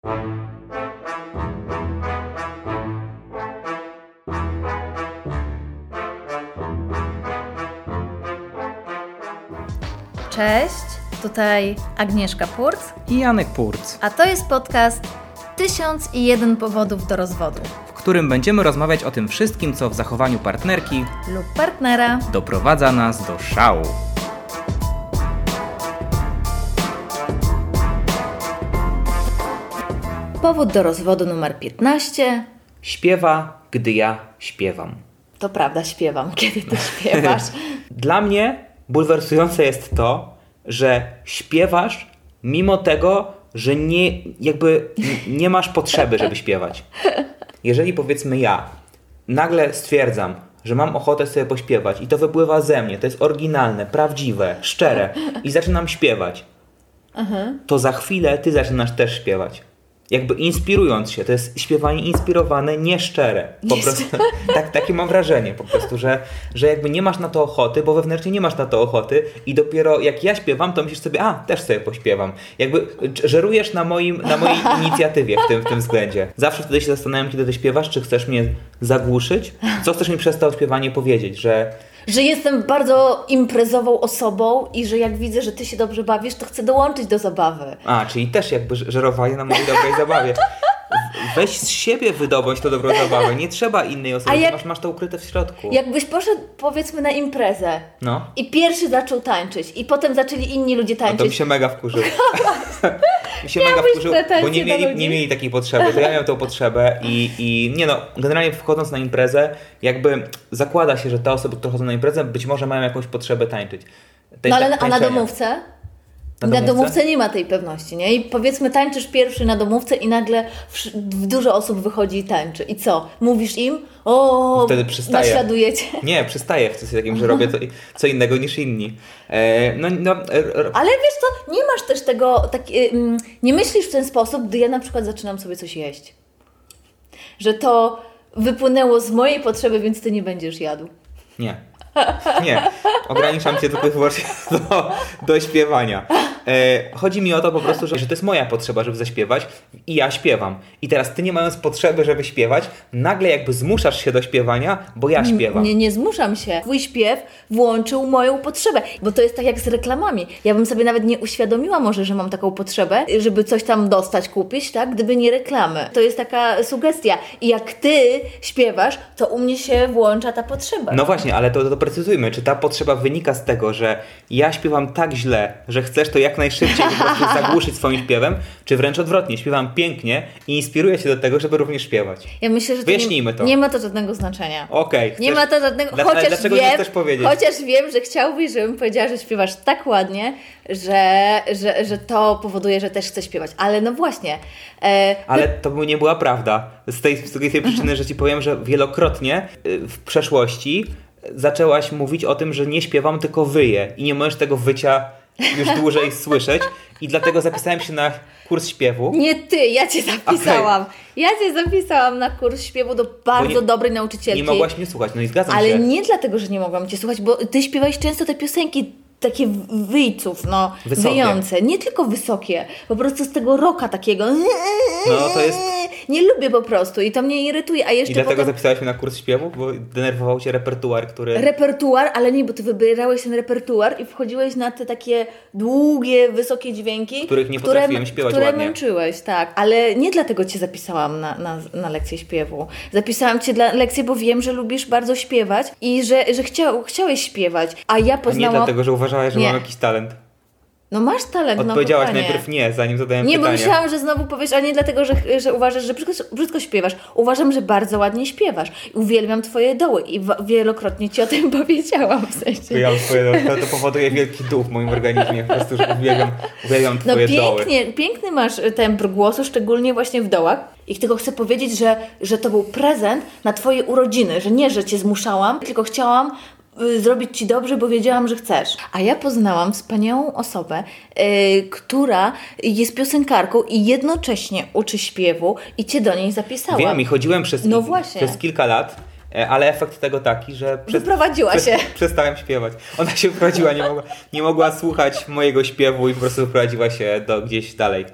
Cześć, tutaj Agnieszka Purc i Janek Purc, a to jest podcast 1001 powodów do rozwodu, w którym będziemy rozmawiać o tym wszystkim, co w zachowaniu partnerki lub partnera doprowadza nas do szału. Powód do rozwodu numer 15. Śpiewa, gdy ja śpiewam. To prawda, śpiewam, kiedy ty śpiewasz. Dla mnie bulwersujące jest to, że śpiewasz mimo tego, że nie masz potrzeby, żeby śpiewać. Jeżeli powiedzmy ja nagle stwierdzam, że mam ochotę sobie pośpiewać i to wypływa ze mnie, to jest oryginalne, prawdziwe, szczere i zaczynam śpiewać, to za chwilę ty zaczynasz też śpiewać. Jakby inspirując się, to jest śpiewanie inspirowane, nieszczere. Po prostu takie mam wrażenie po prostu, że jakby nie masz na to ochoty, bo wewnętrznie nie masz na to ochoty i dopiero jak ja śpiewam, to myślisz sobie, też sobie pośpiewam. Jakby żerujesz na mojej inicjatywie w tym względzie. Zawsze wtedy się zastanawiam, kiedy ty śpiewasz, czy chcesz mnie zagłuszyć? Co chcesz mi przez to śpiewanie powiedzieć, że jestem bardzo imprezową osobą i że jak widzę, że ty się dobrze bawisz, to chcę dołączyć do zabawy. Czyli też jakby żerowanie na mojej dobrej zabawie. Weź z siebie wydobądź tą dobrą zabawę. Nie trzeba innej osoby, masz to ukryte w środku. Jakbyś poszedł, powiedzmy, na imprezę i pierwszy zaczął tańczyć i potem zaczęli inni ludzie tańczyć. To mi się mega wkurzył. Bo nie mieli takiej potrzeby. To ja miałem tą potrzebę i generalnie wchodząc na imprezę, jakby zakłada się, że te osoby, które chodzą na imprezę, być może mają jakąś potrzebę tańczyć. A na domówce? Na domówce nie ma tej pewności, nie? I powiedzmy tańczysz pierwszy na domówce i nagle dużo osób wychodzi i tańczy. I co? Mówisz im? Wtedy przestaję. Naśladujecie. Nie, przestaję w sensie takim, że robię co innego niż inni. Ale wiesz co, nie masz też tego, nie myślisz w ten sposób, gdy ja na przykład zaczynam sobie coś jeść. Że to wypłynęło z mojej potrzeby, więc ty nie będziesz jadł. Nie, ograniczam cię tylko i wyłącznie do śpiewania. Chodzi mi o to po prostu, że to jest moja potrzeba, żeby zaśpiewać i ja śpiewam. I teraz ty, nie mając potrzeby, żeby śpiewać, nagle jakby zmuszasz się do śpiewania, bo ja śpiewam. Nie zmuszam się. Twój śpiew włączył moją potrzebę, bo to jest tak jak z reklamami. Ja bym sobie nawet nie uświadomiła może, że mam taką potrzebę, żeby coś tam dostać, kupić, tak? Gdyby nie reklamy. To jest taka sugestia. I jak ty śpiewasz, to u mnie się włącza ta potrzeba. No właśnie, ale to doprecyzujmy, czy ta potrzeba wynika z tego, że ja śpiewam tak źle, że chcesz to jak najszybciej po prostu zagłuszyć swoim śpiewem, czy wręcz odwrotnie, śpiewam pięknie i inspiruję się do tego, żeby również śpiewać. Ja myślę, że wyjaśnijmy to. Nie ma to żadnego znaczenia. Okej. Nie ma to żadnego... Dlaczego nie chcesz powiedzieć? Chociaż wiem, że chciałbyś, żebym powiedziała, że śpiewasz tak ładnie, że to powoduje, że też chcę śpiewać. Ale no właśnie. Ale to nie była prawda. Z tej przyczyny, że ci powiem, że wielokrotnie w przeszłości zaczęłaś mówić o tym, że nie śpiewam, tylko wyję i nie możesz tego wycia już dłużej słyszeć i dlatego zapisałem się na kurs śpiewu. Nie ty, ja cię zapisałam. Okay. Ja cię zapisałam na kurs śpiewu do bardzo dobrej nauczycielki. Nie mogłaś mnie słuchać, no i zgadzam się. Ale nie dlatego, że nie mogłam cię słuchać, bo ty śpiewałeś często te piosenki takie wyjców, wyjące. Nie tylko wysokie, po prostu z tego rocka takiego. No to jest... Nie lubię po prostu i to mnie irytuje. A jeszcze I dlatego zapisałeś mnie na kurs śpiewu? Bo denerwował cię repertuar, który... Repertuar, ale nie, bo ty wybierałeś ten repertuar i wchodziłeś na te takie długie, wysokie dźwięki, których nie potrafiłem śpiewać ładnie. Które męczyłeś, tak. Ale nie dlatego cię zapisałam na lekcję śpiewu. Zapisałam cię na lekcję, bo wiem, że lubisz bardzo śpiewać i że chciałeś śpiewać. A ja poznałam... A nie dlatego, że uważałaś, że mam jakiś talent. No masz talent, Odpowiedziałaś najpierw nie, zanim zadałem pytanie. Nie, bo myślałam, że znowu powiesz, a nie dlatego, że uważasz, że brzydko śpiewasz. Uważam, że bardzo ładnie śpiewasz. Uwielbiam twoje doły i wielokrotnie ci o tym powiedziałam. W sensie. To powoduje wielki dół w moim organizmie. Po prostu, że uwielbiam twoje doły. Piękny masz tembr głosu, szczególnie właśnie w dołach. I tylko chcę powiedzieć, że to był prezent na twoje urodziny. Że nie, że cię zmuszałam, tylko chciałam zrobić ci dobrze, bo wiedziałam, że chcesz. A ja poznałam wspaniałą osobę, która jest piosenkarką i jednocześnie uczy śpiewu i cię do niej zapisałam. Wiem, i chodziłem przez kilka lat, ale efekt tego taki, że wyprowadziła się. Przestałem śpiewać. Ona się wyprowadziła, nie mogła słuchać mojego śpiewu i po prostu wyprowadziła się gdzieś dalej.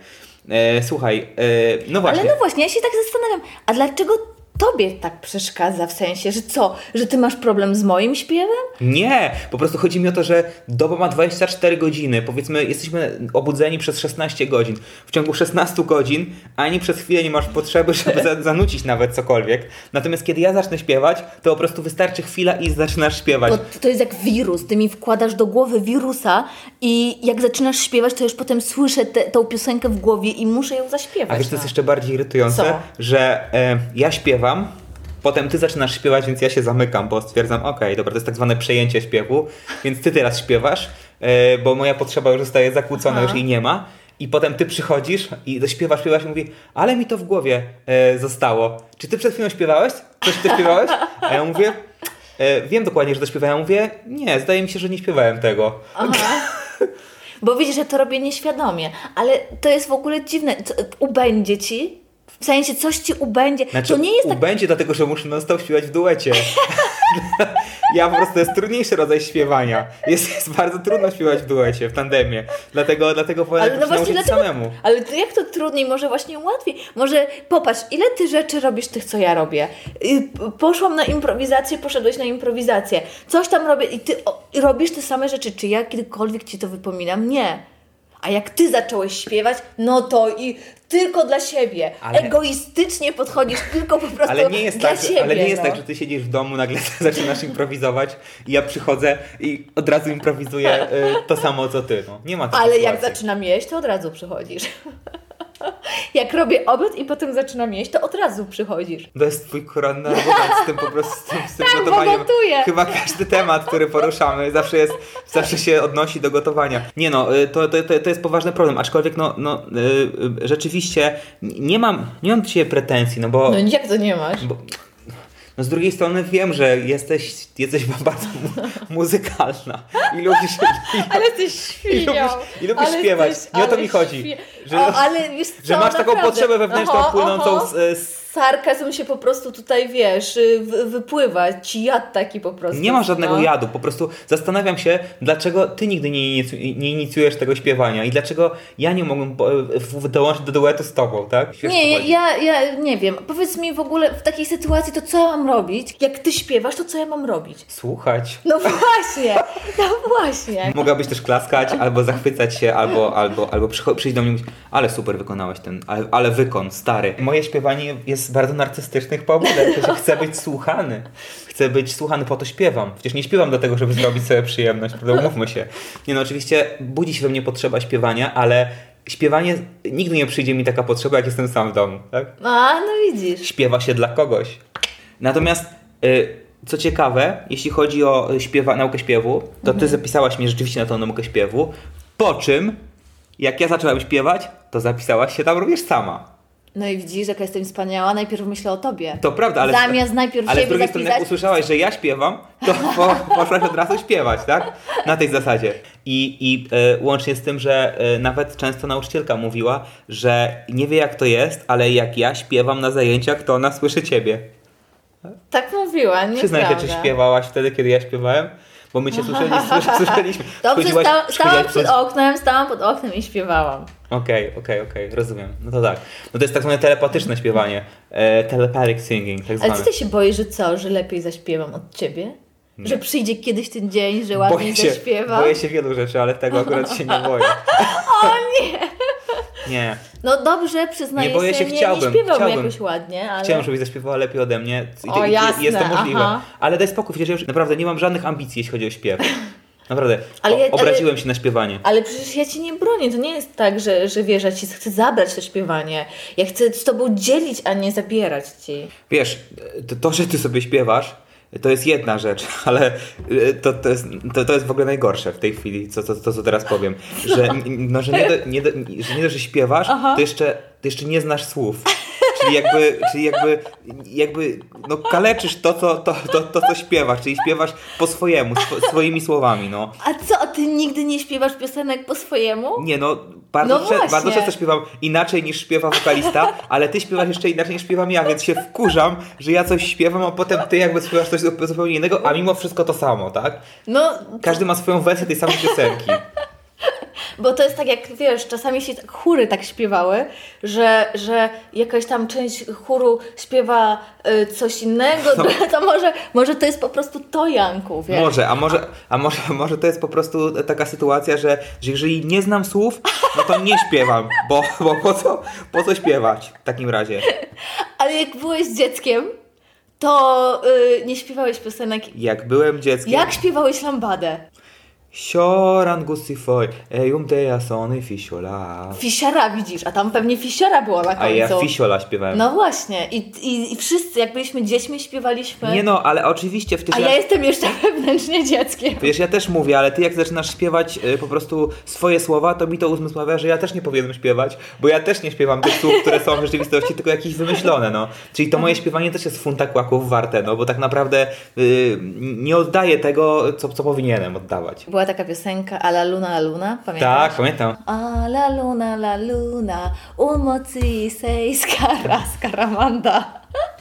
Słuchaj, no właśnie. Ale no właśnie, ja się tak zastanawiam, a dlaczego tobie tak przeszkadza, w sensie, że co? Że ty masz problem z moim śpiewem? Nie, po prostu chodzi mi o to, że doba ma 24 godziny. Powiedzmy, jesteśmy obudzeni przez 16 godzin. W ciągu 16 godzin ani przez chwilę nie masz potrzeby, żeby zanucić nawet cokolwiek. Natomiast kiedy ja zacznę śpiewać, to po prostu wystarczy chwila i zaczynasz śpiewać. Bo to jest jak wirus. Ty mi wkładasz do głowy wirusa i jak zaczynasz śpiewać, to już potem słyszę tą piosenkę w głowie i muszę ją zaśpiewać. A wiesz, co jest jeszcze bardziej irytujące? Co? Że ja śpiewam, potem ty zaczynasz śpiewać, więc ja się zamykam, bo stwierdzam, okej, dobra, to jest tak zwane przejęcie śpiewu, więc ty teraz śpiewasz, bo moja potrzeba już zostaje zakłócona, już jej nie ma. I potem ty przychodzisz i śpiewasz i mówi, ale mi to w głowie zostało. Czy ty przed chwilą śpiewałeś? Coś ty śpiewałeś? A ja mówię, wiem dokładnie, że to śpiewałem. Ja mówię, nie, zdaje mi się, że nie śpiewałem tego. Aha. Bo widzisz, że to robię nieświadomie. Ale to jest w ogóle dziwne. Ubędzie ci? W sensie coś ci ubędzie. Znaczy, to nie jest tak... ubędzie dlatego, że muszę non-stop śpiewać w duecie. Ja po prostu, to jest trudniejszy rodzaj śpiewania. Jest bardzo trudno śpiewać w duecie, w tandemie. Dlatego powinien się nauczyć samemu. Ale to jak to trudniej? Może właśnie łatwiej? Może popatrz, ile ty rzeczy robisz tych, co ja robię. Poszłam na improwizację, poszedłeś na improwizację. Coś tam robię i ty robisz te same rzeczy. Czy ja kiedykolwiek ci to wypominam? Nie. A jak ty zacząłeś śpiewać, no to i tylko dla siebie. Egoistycznie podchodzisz tylko po prostu dla siebie. Ale nie jest tak, że ty siedzisz w domu, nagle zaczynasz improwizować i ja przychodzę i od razu improwizuję to samo, co ty. No, nie ma takiej Ale sytuacji. jak zaczynam jeść, to od razu przychodzisz. Jak robię obiad i potem zaczynam jeść, to od razu przychodzisz. To jest twój koronny argument z tym po prostu, z tym Tak, gotowaniem. bo gotuję. Chyba każdy temat, który poruszamy, zawsze się odnosi do gotowania. Nie no, to jest poważny problem, aczkolwiek rzeczywiście nie mam do ciebie pretensji, no bo... No jak to nie masz? No z drugiej strony wiem, że jesteś bardzo muzykalna i lubisz... Ale jesteś świnią. I lubisz śpiewać. Nie o to mi chodzi. Że masz taką potrzebę wewnętrzną płynącą z sarkazm się po prostu tutaj, wiesz, wypływa. Ci jad taki po prostu. Nie ma żadnego jadu. Po prostu zastanawiam się, dlaczego ty nigdy nie inicjujesz tego śpiewania i dlaczego ja nie mogłem dołączyć do duetu z tobą, tak? Ja nie wiem. Powiedz mi w ogóle w takiej sytuacji, to co ja mam robić? Jak ty śpiewasz, to co ja mam robić? Słuchać. No właśnie. Mogłabyś też klaskać, albo zachwycać się, albo przyjść do mnie i mówić, ale super wykonałeś ten, ale wykon, stary. Moje śpiewanie jest bardzo narcystycznych pobudek, że chcę być słuchany. Chcę być słuchany, po to śpiewam. Przecież nie śpiewam do tego, żeby zrobić sobie przyjemność, prawda? Umówmy się. Nie no, oczywiście budzi się we mnie potrzeba śpiewania, ale śpiewanie, nigdy nie przyjdzie mi taka potrzeba, jak jestem sam w domu, tak? A, no widzisz. Śpiewa się dla kogoś. Natomiast co ciekawe, jeśli chodzi o naukę śpiewu, to ty zapisałaś mnie rzeczywiście na tą naukę śpiewu, po czym, jak ja zacząłem śpiewać, to zapisałaś się tam również sama. No i widzisz, jaka jestem wspaniała, najpierw myślę o tobie. To prawda, ale zamiast najpierw ale siebie z drugiej zapisać... strony, jak usłyszałaś, że ja śpiewam, to poszłaś od razu śpiewać, tak? Na tej zasadzie. I łącznie z tym, że nawet często nauczycielka mówiła, że nie wie jak to jest, ale jak ja śpiewam na zajęciach, to ona słyszy ciebie. Tak mówiła, nieprawda. Przyznaj się, czy śpiewałaś wtedy, kiedy ja śpiewałem? Bo my cię słyszeliśmy. Dobrze, stałam pod oknem i śpiewałam. Okej, rozumiem. No to tak. No to jest tak zwane telepatyczne śpiewanie. Telepathic singing, tak zwane. Ale ty się boisz, że co? Że lepiej zaśpiewam od ciebie? Nie. Że przyjdzie kiedyś ten dzień, że ładniej zaśpiewam? Boję się wielu rzeczy, ale tego akurat się nie boję. O nie! Nie. No dobrze, przyznaję nie boję się. nie śpiewam jakoś ładnie, ale... Chciałem, żebyś zaśpiewała lepiej ode mnie. Jasne, jest to możliwe. Aha. Ale daj spokój, przecież już naprawdę nie mam żadnych ambicji, jeśli chodzi o śpiew. Naprawdę. Obraziłem się na śpiewanie. Ale przecież ja ci nie bronię. To nie jest tak, że wiesz, ja ci chcę zabrać to śpiewanie. Ja chcę z tobą dzielić, a nie zabierać ci. Wiesz, to że ty sobie śpiewasz, to jest jedna rzecz, ale to jest w ogóle najgorsze w tej chwili, co teraz powiem. Że nie dość, że śpiewasz, to jeszcze nie znasz słów. Czyli jakby kaleczysz to, co śpiewasz, czyli śpiewasz po swojemu, swoimi słowami, no. A co, a ty nigdy nie śpiewasz piosenek po swojemu? Nie, bardzo często śpiewam inaczej niż śpiewa wokalista, ale ty śpiewasz jeszcze inaczej niż śpiewam ja, więc się wkurzam, że ja coś śpiewam, a potem ty jakby śpiewasz coś zupełnie innego, a mimo wszystko to samo, tak? No. Każdy ma swoją wersję tej samej piosenki. Bo to jest tak jak, wiesz, czasami się chóry tak śpiewały, że jakaś tam część chóru śpiewa coś innego, to może to jest po prostu to, Janku, wiesz? Może to jest po prostu taka sytuacja, że jeżeli nie znam słów, no to nie śpiewam, bo po co śpiewać w takim razie? Ale jak byłeś dzieckiem, to nie śpiewałeś piosenek. Jak byłem dzieckiem... Jak śpiewałeś lambadę? Sioran gusifoj, teja sony fisiola. Fisiara widzisz, a tam pewnie fisiara była na końcu. A ja fisiola śpiewałem. No właśnie. I wszyscy, jak byliśmy dziećmi, śpiewaliśmy. Nie no, ale oczywiście... A ja jestem jeszcze wewnętrznie dzieckiem. Wiesz, ja też mówię, ale ty jak zaczynasz śpiewać po prostu swoje słowa, to mi to uzmysławia, że ja też nie powinienem śpiewać, bo ja też nie śpiewam tych słów, które są w rzeczywistości, tylko jakieś wymyślone, no. Czyli to moje śpiewanie też jest funta kłaków warte, no, bo tak naprawdę nie oddaję tego, co powinienem oddawać. Była taka piosenka A la luna, pamiętasz? Tak, pamiętam. A la luna, umoci sei skaramanda.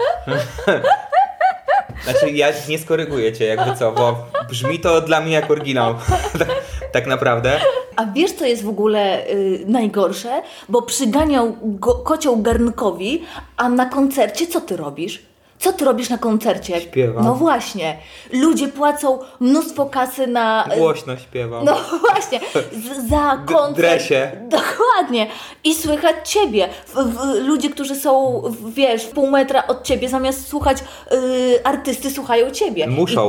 Znaczy ja nie skoryguję cię, jakby co, bo brzmi to dla mnie jak oryginał. Tak naprawdę. A wiesz, co jest w ogóle najgorsze? Bo przyganiał kocioł garnkowi, a na koncercie co ty robisz? Co ty robisz na koncercie? Śpiewam. No właśnie. Ludzie płacą mnóstwo kasy na... Głośno śpiewam. No właśnie. Za koncert. Dresie. Dokładnie. I słychać ciebie. Ludzie, którzy są, wiesz, w pół metra od ciebie, zamiast słuchać artysty, słuchają ciebie. Muszą.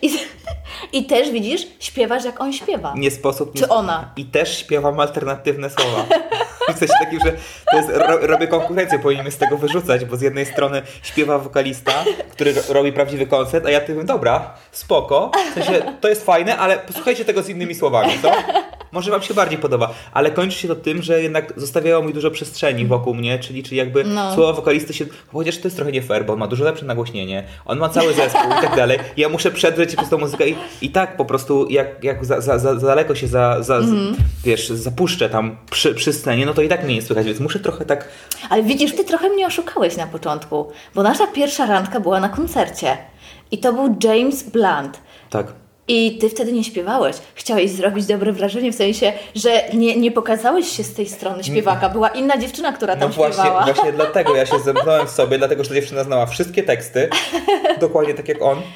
I też, widzisz, śpiewasz jak on śpiewa. Nie sposób... Czy ona. I też śpiewam alternatywne słowa. W sensie takim, że to jest, robię konkurencję, powinien z tego wyrzucać, bo z jednej strony śpiewa wokalista, który robi prawdziwy koncert, a ja mówię, dobra, spoko, w sensie to jest fajne, ale posłuchajcie tego z innymi słowami, co? Może wam się bardziej podoba, ale kończy się to tym, że jednak zostawiało mi dużo przestrzeni wokół mnie, czyli jakby słowa wokalisty się, chociaż to jest trochę nie fair, bo on ma dużo lepsze nagłośnienie, on ma cały zespół i tak dalej, ja muszę przedrzeć przez tą muzykę i tak po prostu jak za daleko się wiesz, zapuszczę tam przy scenie, no to i tak mnie nie słychać, więc muszę trochę tak... Ale widzisz, ty trochę mnie oszukałeś na początku, bo nasza pierwsza randka była na koncercie i to był James Blunt. Tak. I ty wtedy nie śpiewałeś. Chciałeś zrobić dobre wrażenie, w sensie, że nie pokazałeś się z tej strony śpiewaka. Była inna dziewczyna, która tam śpiewała. Właśnie dlatego ja się zamknąłem w sobie, dlatego że ta dziewczyna znała wszystkie teksty, dokładnie tak jak on.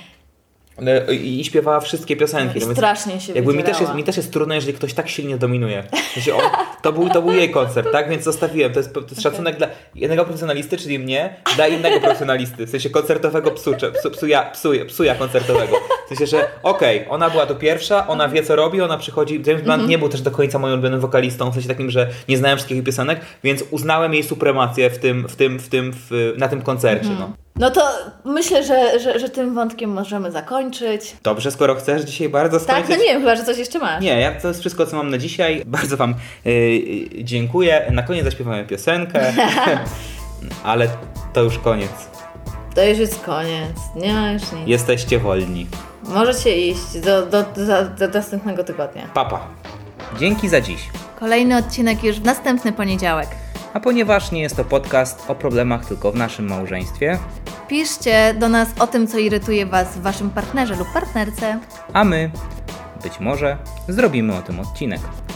I śpiewała wszystkie piosenki. Strasznie się jakby mi też jest trudno, jeżeli ktoś tak silnie dominuje. W sensie to był jej koncert, tak? Więc zostawiłem. To jest szacunek dla jednego profesjonalisty, czyli mnie, dla innego profesjonalisty. W sensie koncertowego psuja koncertowego. W sensie, że ona była tu pierwsza, ona wie co robi, ona przychodzi. James Blunt nie był też do końca moim ulubionym wokalistą, w sensie takim, że nie znałem wszystkich jej piosenek, więc uznałem jej supremację na tym koncercie. No to myślę, że tym wątkiem możemy zakończyć. Dobrze, skoro chcesz dzisiaj bardzo skończyć. Tak, no nie wiem, chyba, że coś jeszcze masz. Nie, to jest wszystko, co mam na dzisiaj. Bardzo wam dziękuję. Na koniec zaśpiewamy piosenkę, ale to już koniec. To już jest koniec. Nie ma już nic. Jesteście wolni. Możecie iść do następnego tygodnia. Papa. Dzięki za dziś. Kolejny odcinek już w następny poniedziałek. A ponieważ nie jest to podcast o problemach tylko w naszym małżeństwie, piszcie do nas o tym, co irytuje Was w Waszym partnerze lub partnerce. A my, być może, zrobimy o tym odcinek.